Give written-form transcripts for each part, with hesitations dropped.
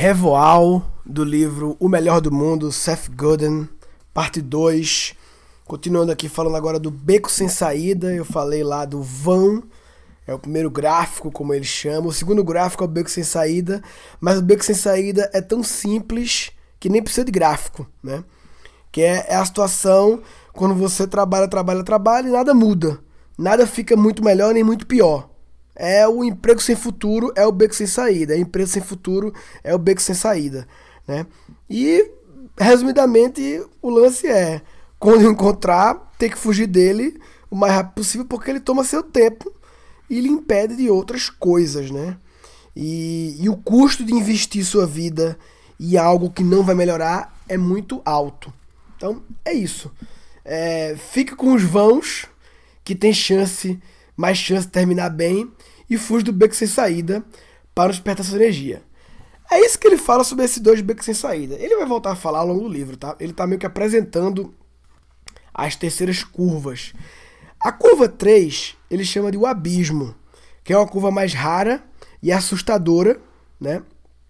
Revoal, do livro O Melhor do Mundo, Seth Godin, parte 2. Continuando aqui, falando agora do Beco Sem Saída. Eu falei lá do vão, é o primeiro gráfico, como eles chamam. O segundo gráfico é o Beco Sem Saída, mas o Beco Sem Saída é tão simples que nem precisa de gráfico, né? Que é a situação quando você trabalha e nada muda. Nada fica muito melhor nem muito pior. É o emprego sem futuro, é o beco sem saída. É o emprego sem futuro, é o beco sem saída, né? E, resumidamente, o lance é, quando encontrar, ter que fugir dele o mais rápido possível, porque ele toma seu tempo e lhe impede de outras coisas, né? E o custo de investir sua vida em algo que não vai melhorar é muito alto. Então, é isso. Fica com os vãos, que tem mais chance de terminar bem, e fuge do beco sem saída para despertar sua energia. É isso que ele fala sobre esses dois becos sem saída. Ele vai voltar a falar ao longo do livro, tá? Ele está meio que apresentando as terceiras curvas. A curva 3, ele chama de o abismo, que é uma curva mais rara e assustadora, né?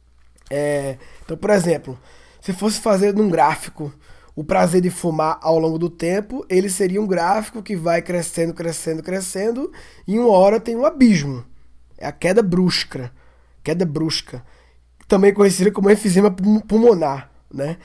Então, por exemplo, se fosse fazer num gráfico o prazer de fumar ao longo do tempo, ele seria um gráfico que vai crescendo, e em uma hora tem um abismo. É a queda brusca, também conhecida como enfisema pulmonar, né?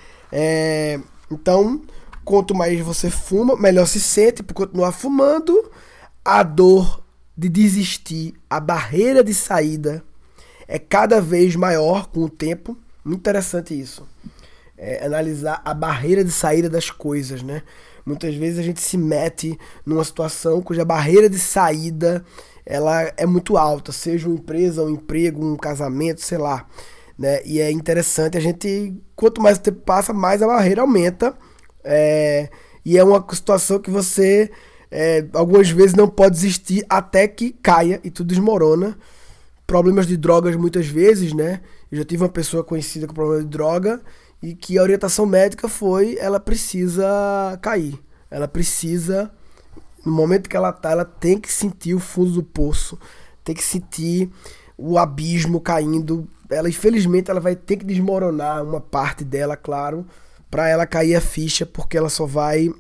Então, quanto mais você fuma, melhor se sente por continuar fumando. A dor de desistir, a barreira de saída é cada vez maior com o tempo. Muito interessante isso. Analisar a barreira de saída das coisas, né? Muitas vezes a gente se mete numa situação cuja barreira de saída ela é muito alta, seja uma empresa, um emprego, um casamento, sei lá, né? E é interessante, a gente, quanto mais o tempo passa, mais a barreira aumenta, e é uma situação que você algumas vezes não pode desistir até que caia e tudo desmorona. Problemas de drogas muitas vezes, né? Eu já tive uma pessoa conhecida com problema de droga e que a orientação médica foi, ela precisa cair. Ela precisa, no momento que ela tem que sentir o fundo do poço, tem que sentir o abismo caindo. Ela, infelizmente, ela vai ter que desmoronar uma parte dela, claro, para ela cair a ficha, porque ela só vai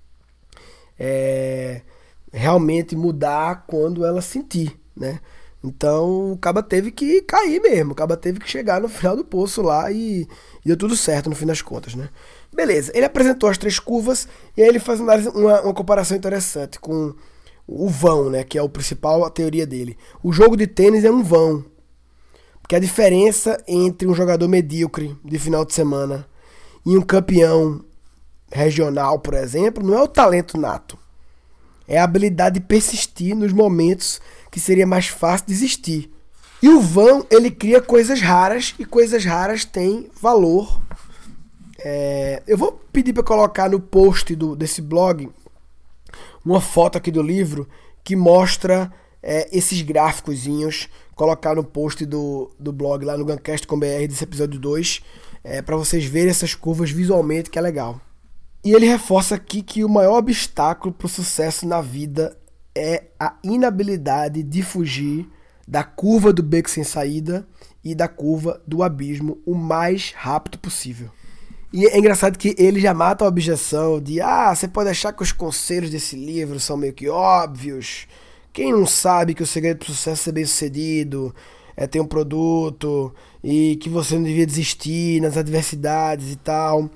realmente mudar quando ela sentir, né? Então o caba teve que cair mesmo, o caba teve que chegar no final do poço lá e deu tudo certo no fim das contas, né? Beleza, ele apresentou as três curvas e aí ele faz uma comparação interessante com o vão, né? Que é a principal teoria dele. O jogo de tênis é um vão, porque a diferença entre um jogador medíocre de final de semana e um campeão regional, por exemplo, não é o talento nato, é a habilidade de persistir nos momentos que seria mais fácil desistir. E o vão, ele cria coisas raras, e coisas raras têm valor. Eu vou pedir para colocar no post desse blog uma foto aqui do livro que mostra esses gráficozinhos, colocar no post do blog lá no Guncast.com.br desse episódio 2, para vocês verem essas curvas visualmente, que é legal. E ele reforça aqui que o maior obstáculo para o sucesso na vida é a inabilidade de fugir da curva do beco sem saída e da curva do abismo o mais rápido possível. E é engraçado que ele já mata a objeção de você pode achar que os conselhos desse livro são meio que óbvios. Quem não sabe que o segredo para o sucesso é ser bem sucedido, é ter um produto e que você não devia desistir nas adversidades e tal.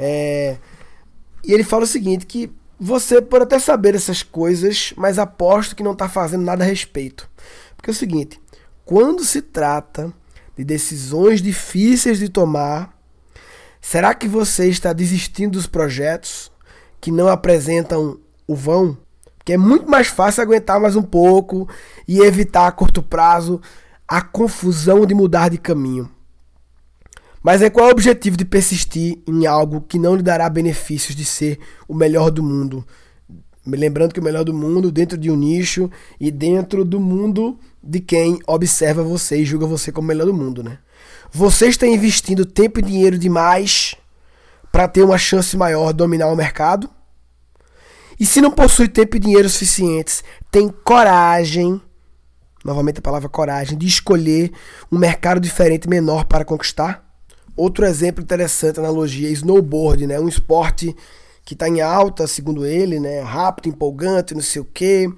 E ele fala o seguinte, que você pode até saber essas coisas, mas aposto que não está fazendo nada a respeito. Porque é o seguinte, quando se trata de decisões difíceis de tomar, será que você está desistindo dos projetos que não apresentam o vão? Porque é muito mais fácil aguentar mais um pouco e evitar a curto prazo a confusão de mudar de caminho. Mas qual é o objetivo de persistir em algo que não lhe dará benefícios de ser o melhor do mundo? Lembrando que o melhor do mundo dentro de um nicho e dentro do mundo de quem observa você e julga você como o melhor do mundo, né? Você está investindo tempo e dinheiro demais para ter uma chance maior de dominar o mercado? E se não possui tempo e dinheiro suficientes, tem coragem, novamente a palavra coragem, de escolher um mercado diferente menor para conquistar? Outro exemplo interessante, analogia, é snowboard, né? Um esporte que está em alta, segundo ele, né? Rápido, empolgante, não sei o quê.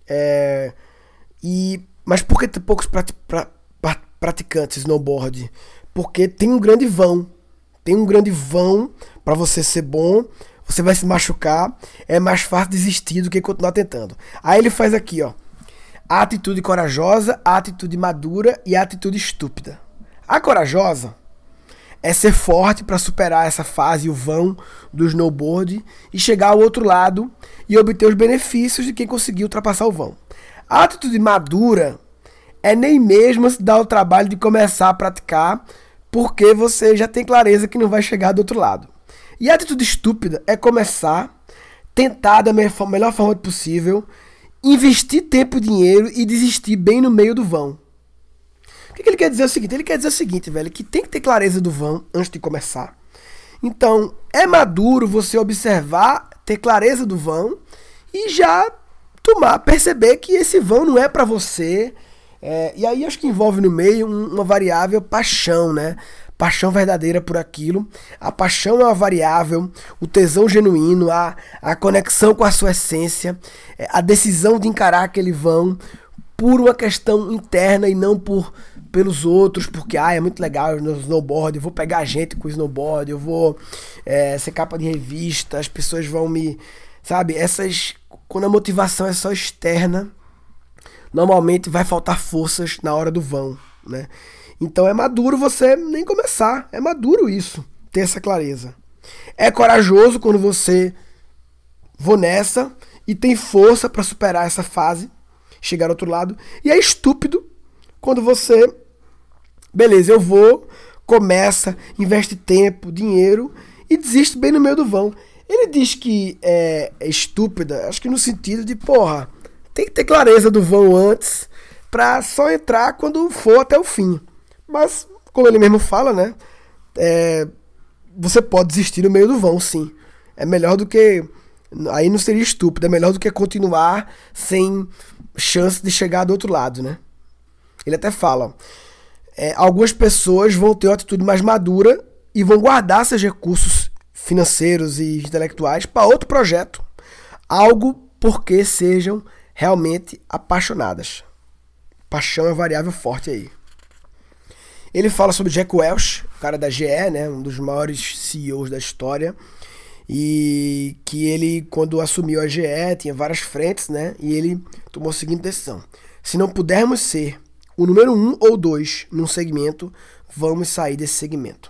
Mas por que tem poucos praticantes de snowboard? Porque tem um grande vão. Tem um grande vão para você ser bom, você vai se machucar, é mais fácil desistir do que continuar tentando. Aí ele faz aqui, ó. A atitude corajosa, a atitude madura e a atitude estúpida. A corajosa é ser forte para superar essa fase, o vão do snowboard, e chegar ao outro lado e obter os benefícios de quem conseguiu ultrapassar o vão. A atitude madura é nem mesmo se dar o trabalho de começar a praticar, porque você já tem clareza que não vai chegar do outro lado. E a atitude estúpida é começar, tentar da melhor forma possível, investir tempo e dinheiro e desistir bem no meio do vão. O que ele quer dizer é o seguinte? Ele quer dizer o seguinte, velho, que tem que ter clareza do vão antes de começar. Então, é maduro você observar, ter clareza do vão e já perceber que esse vão não é pra você. E aí acho que envolve no meio uma variável paixão, né? Paixão verdadeira por aquilo. A paixão é uma variável, o tesão genuíno, a conexão com a sua essência, a decisão de encarar aquele vão por uma questão interna e não pelos outros, porque é muito legal no snowboard, eu vou pegar gente com snowboard, eu vou ser capa de revista, as pessoas vão me... Sabe, quando a motivação é só externa, normalmente vai faltar forças na hora do vão, né? Então é maduro você nem começar, é maduro isso, ter essa clareza. É corajoso quando você vou nessa e tem força para superar essa fase, chegar ao outro lado. E é estúpido quando você, beleza, eu vou, começa, investe tempo, dinheiro e desiste bem no meio do vão. Ele diz que é estúpida, acho que no sentido de, porra, tem que ter clareza do vão antes pra só entrar quando for até o fim. Mas, como ele mesmo fala, né, você pode desistir no meio do vão, sim. É melhor do que... Aí não seria estúpido, é melhor do que continuar sem chance de chegar do outro lado, né? Ele até fala, algumas pessoas vão ter uma atitude mais madura e vão guardar seus recursos financeiros e intelectuais para outro projeto, algo porque sejam realmente apaixonadas. Paixão é variável forte aí. Ele fala sobre Jack Welch, o cara da GE, né, um dos maiores CEOs da história, e que ele, quando assumiu a GE, tinha várias frentes, né, e ele tomou a seguinte decisão: se não pudermos ser o número 1 ou 2 num segmento, vamos sair desse segmento.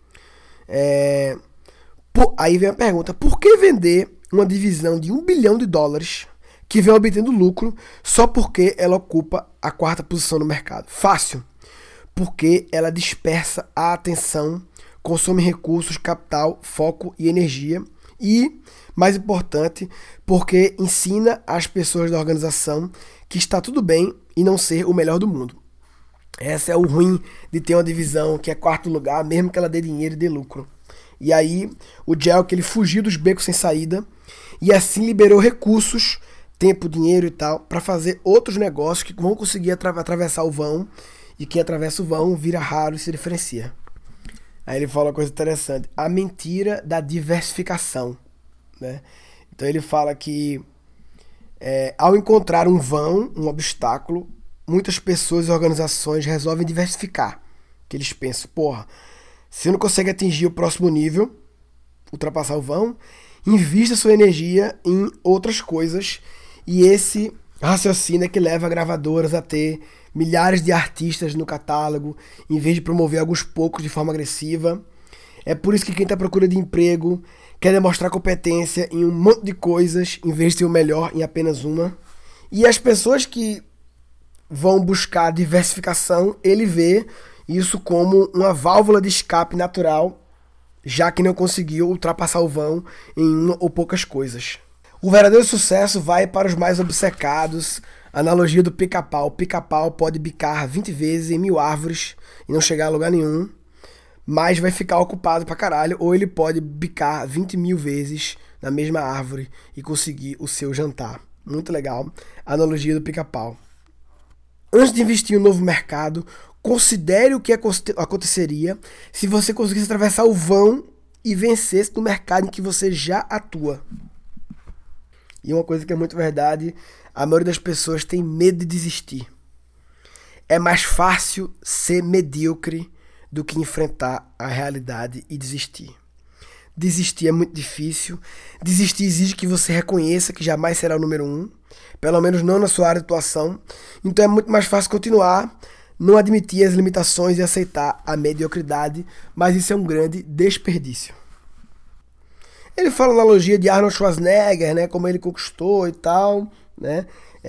Aí vem a pergunta: por que vender uma divisão de $1 bilhão que vem obtendo lucro só porque ela ocupa a 4ª posição no mercado? Fácil. Porque ela dispersa a atenção, consome recursos, capital, foco e energia. E, mais importante, porque ensina às pessoas da organização que está tudo bem e não ser o melhor do mundo. Esse é o ruim de ter uma divisão que é 4º lugar, mesmo que ela dê dinheiro e dê lucro. E aí, o Jack, ele fugiu dos becos sem saída e assim liberou recursos, tempo, dinheiro e tal, para fazer outros negócios que vão conseguir atravessar o vão. E quem atravessa o vão vira raro e se diferencia. Aí ele fala uma coisa interessante: a mentira da diversificação, né? Então ele fala que ao encontrar um vão, um obstáculo, muitas pessoas e organizações resolvem diversificar. Que eles pensam, porra, se eu não consegue atingir o próximo nível, ultrapassar o vão, invista sua energia em outras coisas. E esse raciocínio é que leva gravadoras a ter milhares de artistas no catálogo, em vez de promover alguns poucos de forma agressiva. É por isso que quem está à procura de emprego quer demonstrar competência em um monte de coisas, em vez de ser o melhor em apenas uma. E as pessoas que vão buscar diversificação, ele vê isso como uma válvula de escape natural, já que não conseguiu ultrapassar o vão em uma ou poucas coisas. O verdadeiro sucesso vai para os mais obcecados. Analogia do pica-pau. O pica-pau pode bicar 20 vezes em 1000 árvores e não chegar a lugar nenhum, mas vai ficar ocupado pra caralho. Ou ele pode bicar 20.000 vezes na mesma árvore e conseguir o seu jantar. Muito legal. Analogia do pica-pau. Antes de investir em um novo mercado, Considere o que aconteceria se você conseguisse atravessar o vão e vencesse no mercado em que você já atua. E uma coisa que é muito verdade, a maioria das pessoas tem medo de desistir. É mais fácil ser medíocre do que enfrentar a realidade e desistir. Desistir é muito difícil. Desistir exige que você reconheça que jamais será o número 1, pelo menos não na sua área de atuação. Então é muito mais fácil continuar, não admitir as limitações e aceitar a mediocridade, mas isso é um grande desperdício. Ele fala na analogia de Arnold Schwarzenegger, né, como ele conquistou e tal, né?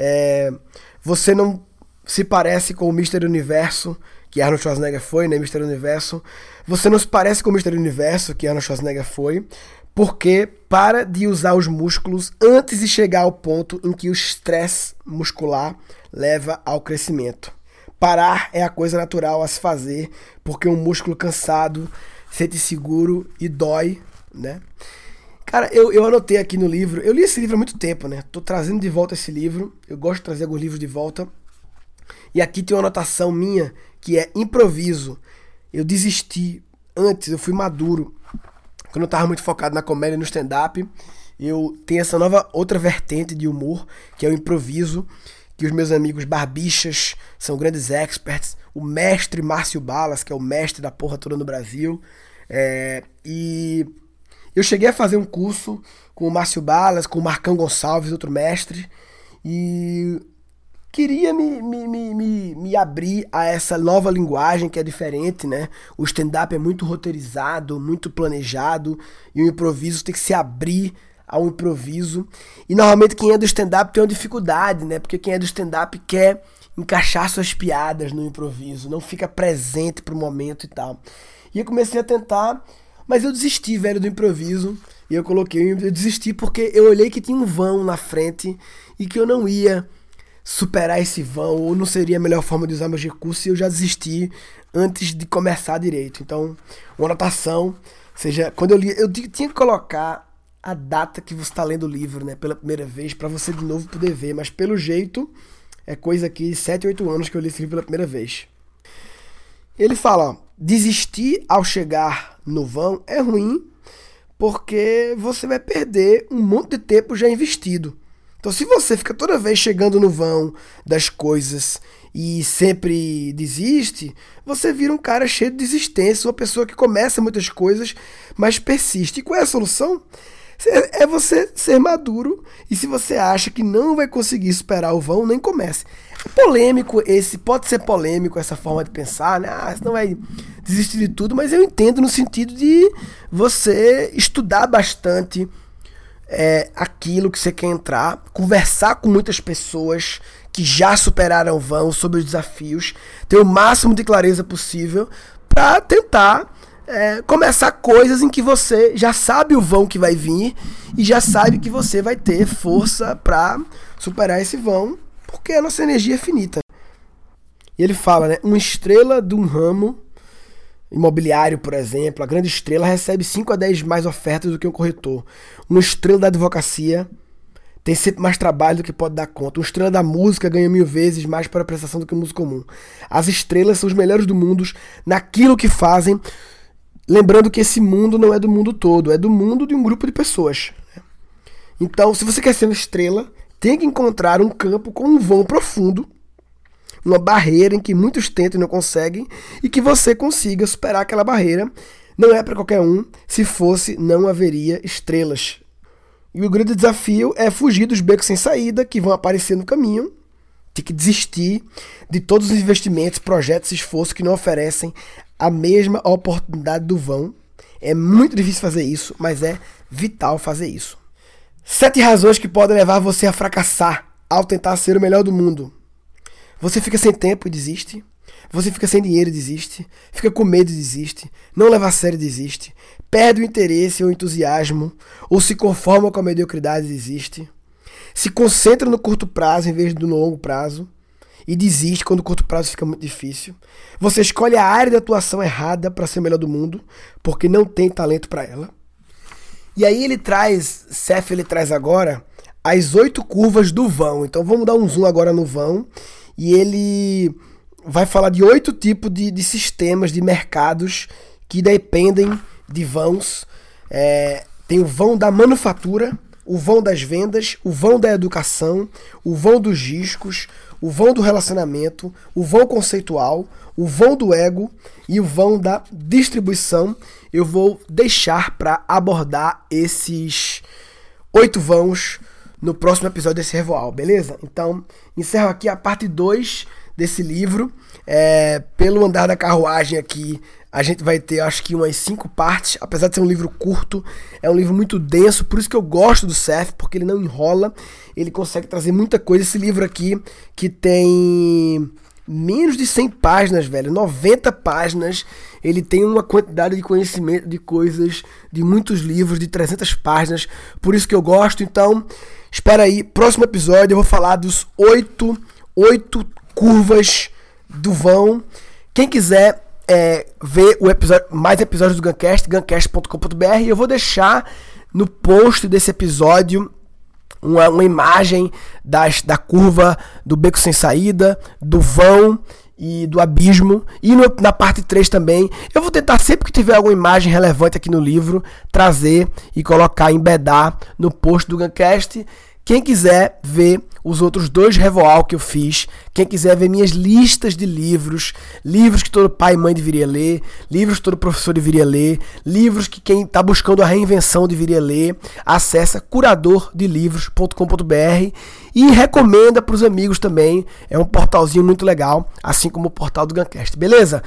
Você não se parece com o Mr. Universo, que Arnold Schwarzenegger foi, né, Mr. Universo. Você não se parece com o Mr. Universo, que Arnold Schwarzenegger foi, porque para de usar os músculos antes de chegar ao ponto em que o estresse muscular leva ao crescimento. Parar é a coisa natural a se fazer, porque um músculo cansado sente seguro e dói, né? Cara, eu anotei aqui no livro, eu li esse livro há muito tempo, né? Tô trazendo de volta esse livro, eu gosto de trazer alguns livros de volta. E aqui tem uma anotação minha, que é improviso. Eu desisti antes, eu fui maduro. Quando eu tava muito focado na comédia e no stand-up, eu tenho essa nova outra vertente de humor, que é o improviso, que os meus amigos barbichas são grandes experts. O mestre Márcio Balas, que é o mestre da porra toda no Brasil. E eu cheguei a fazer um curso com o Márcio Balas, com o Marcão Gonçalves, outro mestre, e queria me abrir a essa nova linguagem que é diferente, né? O stand-up é muito roteirizado, muito planejado, e o improviso tem que se abrir ao improviso. E normalmente quem é do stand-up tem uma dificuldade, né? Porque quem é do stand-up quer encaixar suas piadas no improviso, não fica presente pro momento e tal. E eu comecei a tentar, mas eu desisti, velho, do improviso. E eu desisti porque eu olhei que tinha um vão na frente e que eu não ia superar esse vão, ou não seria a melhor forma de usar meus recursos, e eu já desisti antes de começar direito. Então, uma anotação, ou seja, quando eu li, eu tinha que colocar a data que você está lendo o livro, né, pela primeira vez, para você de novo poder ver, mas pelo jeito, é coisa aqui, 7, 8 anos que eu li esse livro pela primeira vez. Ele fala, ó, desistir ao chegar no vão é ruim, porque você vai perder um monte de tempo já investido. Então, se você fica toda vez chegando no vão das coisas e sempre desiste, você vira um cara cheio de desistência, uma pessoa que começa muitas coisas, mas persiste. E qual é a solução? É você ser maduro, e se você acha que não vai conseguir superar o vão, nem comece. É polêmico pode ser polêmico essa forma de pensar, né? Você não vai desistir de tudo, mas eu entendo no sentido de você estudar bastante aquilo que você quer entrar, conversar com muitas pessoas que já superaram o vão sobre os desafios, ter o máximo de clareza possível para tentar começar coisas em que você já sabe o vão que vai vir e já sabe que você vai ter força para superar esse vão, porque a nossa energia é finita. E ele fala, né, uma estrela de um ramo imobiliário, por exemplo, a grande estrela recebe 5 a 10 mais ofertas do que um corretor. Uma estrela da advocacia tem sempre mais trabalho do que pode dar conta. Uma estrela da música ganha 1000 vezes mais para a prestação do que um músico comum. As estrelas são os melhores do mundo naquilo que fazem, lembrando que esse mundo não é do mundo todo, é do mundo de um grupo de pessoas. Então, se você quer ser uma estrela, tem que encontrar um campo com um vão profundo, uma barreira em que muitos tentam e não conseguem, e que você consiga superar aquela barreira. Não é para qualquer um, se fosse, não haveria estrelas. E o grande desafio é fugir dos becos sem saída que vão aparecer no caminho. Tem que desistir de todos os investimentos, projetos e esforços que não oferecem a mesma oportunidade do vão. É muito difícil fazer isso, mas é vital fazer isso. 7 razões que podem levar você a fracassar ao tentar ser o melhor do mundo. Você fica sem tempo e desiste. Você fica sem dinheiro e desiste. Fica com medo e desiste. Não leva a sério e desiste. Perde o interesse ou o entusiasmo. Ou se conforma com a mediocridade e desiste. Se concentra no curto prazo em vez do longo prazo. E desiste quando o curto prazo fica muito difícil. Você escolhe a área de atuação errada para ser o melhor do mundo. Porque não tem talento para ela. E aí Seth traz agora as 8 curvas do vão. Então vamos dar um zoom agora no vão. E ele vai falar de 8 tipos de sistemas, de mercados que dependem de vãos. Tem o vão da manufatura, o vão das vendas, o vão da educação, o vão dos riscos, o vão do relacionamento, o vão conceitual, o vão do ego e o vão da distribuição. Eu vou deixar para abordar esses 8 vãos no próximo episódio desse Revoal, beleza? Então, encerro aqui a parte 2 desse livro. Pelo andar da carruagem aqui, a gente vai ter, acho que, umas 5 partes. Apesar de ser um livro curto, é um livro muito denso, por isso que eu gosto do Seth, porque ele não enrola, ele consegue trazer muita coisa. Esse livro aqui, que tem menos de 100 páginas, velho, 90 páginas, ele tem uma quantidade de conhecimento, de coisas, de muitos livros, de 300 páginas, por isso que eu gosto. Então, espera aí, próximo episódio eu vou falar dos 8 curvas do vão. Quem quiser ver mais episódios do Guncast, guncast.com.br, eu vou deixar no post desse episódio uma imagem da curva do beco sem saída, do vão e do abismo, e na parte 3 também. Eu vou tentar, sempre que tiver alguma imagem relevante aqui no livro, trazer e colocar, embedar no post do Guncast. Quem quiser ver os outros 2 Revoal que eu fiz, quem quiser ver minhas listas de livros que todo pai e mãe deveria ler, livros que todo professor deveria ler, livros que quem está buscando a reinvenção deveria ler, acessa curadordelivros.com.br e recomenda para os amigos também. É um portalzinho muito legal, assim como o portal do Guncast, beleza?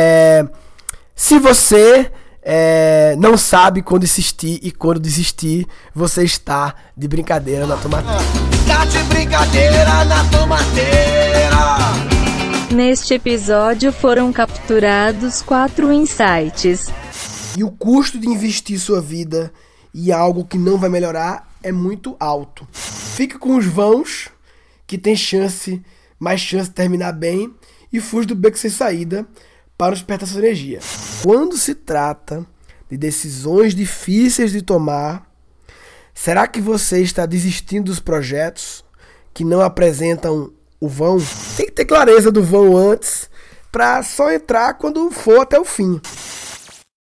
Se você não sabe quando insistir e quando desistir, você está de brincadeira na tomateira. Tá de brincadeira na tomateira. Neste episódio foram capturados 4 insights. E o custo de investir sua vida em algo que não vai melhorar é muito alto. Fica com os vãos, que tem mais chance de terminar bem, e fuja do beco sem saída para despertar sua energia. Quando se trata de decisões difíceis de tomar, será que você está desistindo dos projetos que não apresentam o vão? Tem que ter clareza do vão antes, para só entrar quando for até o fim.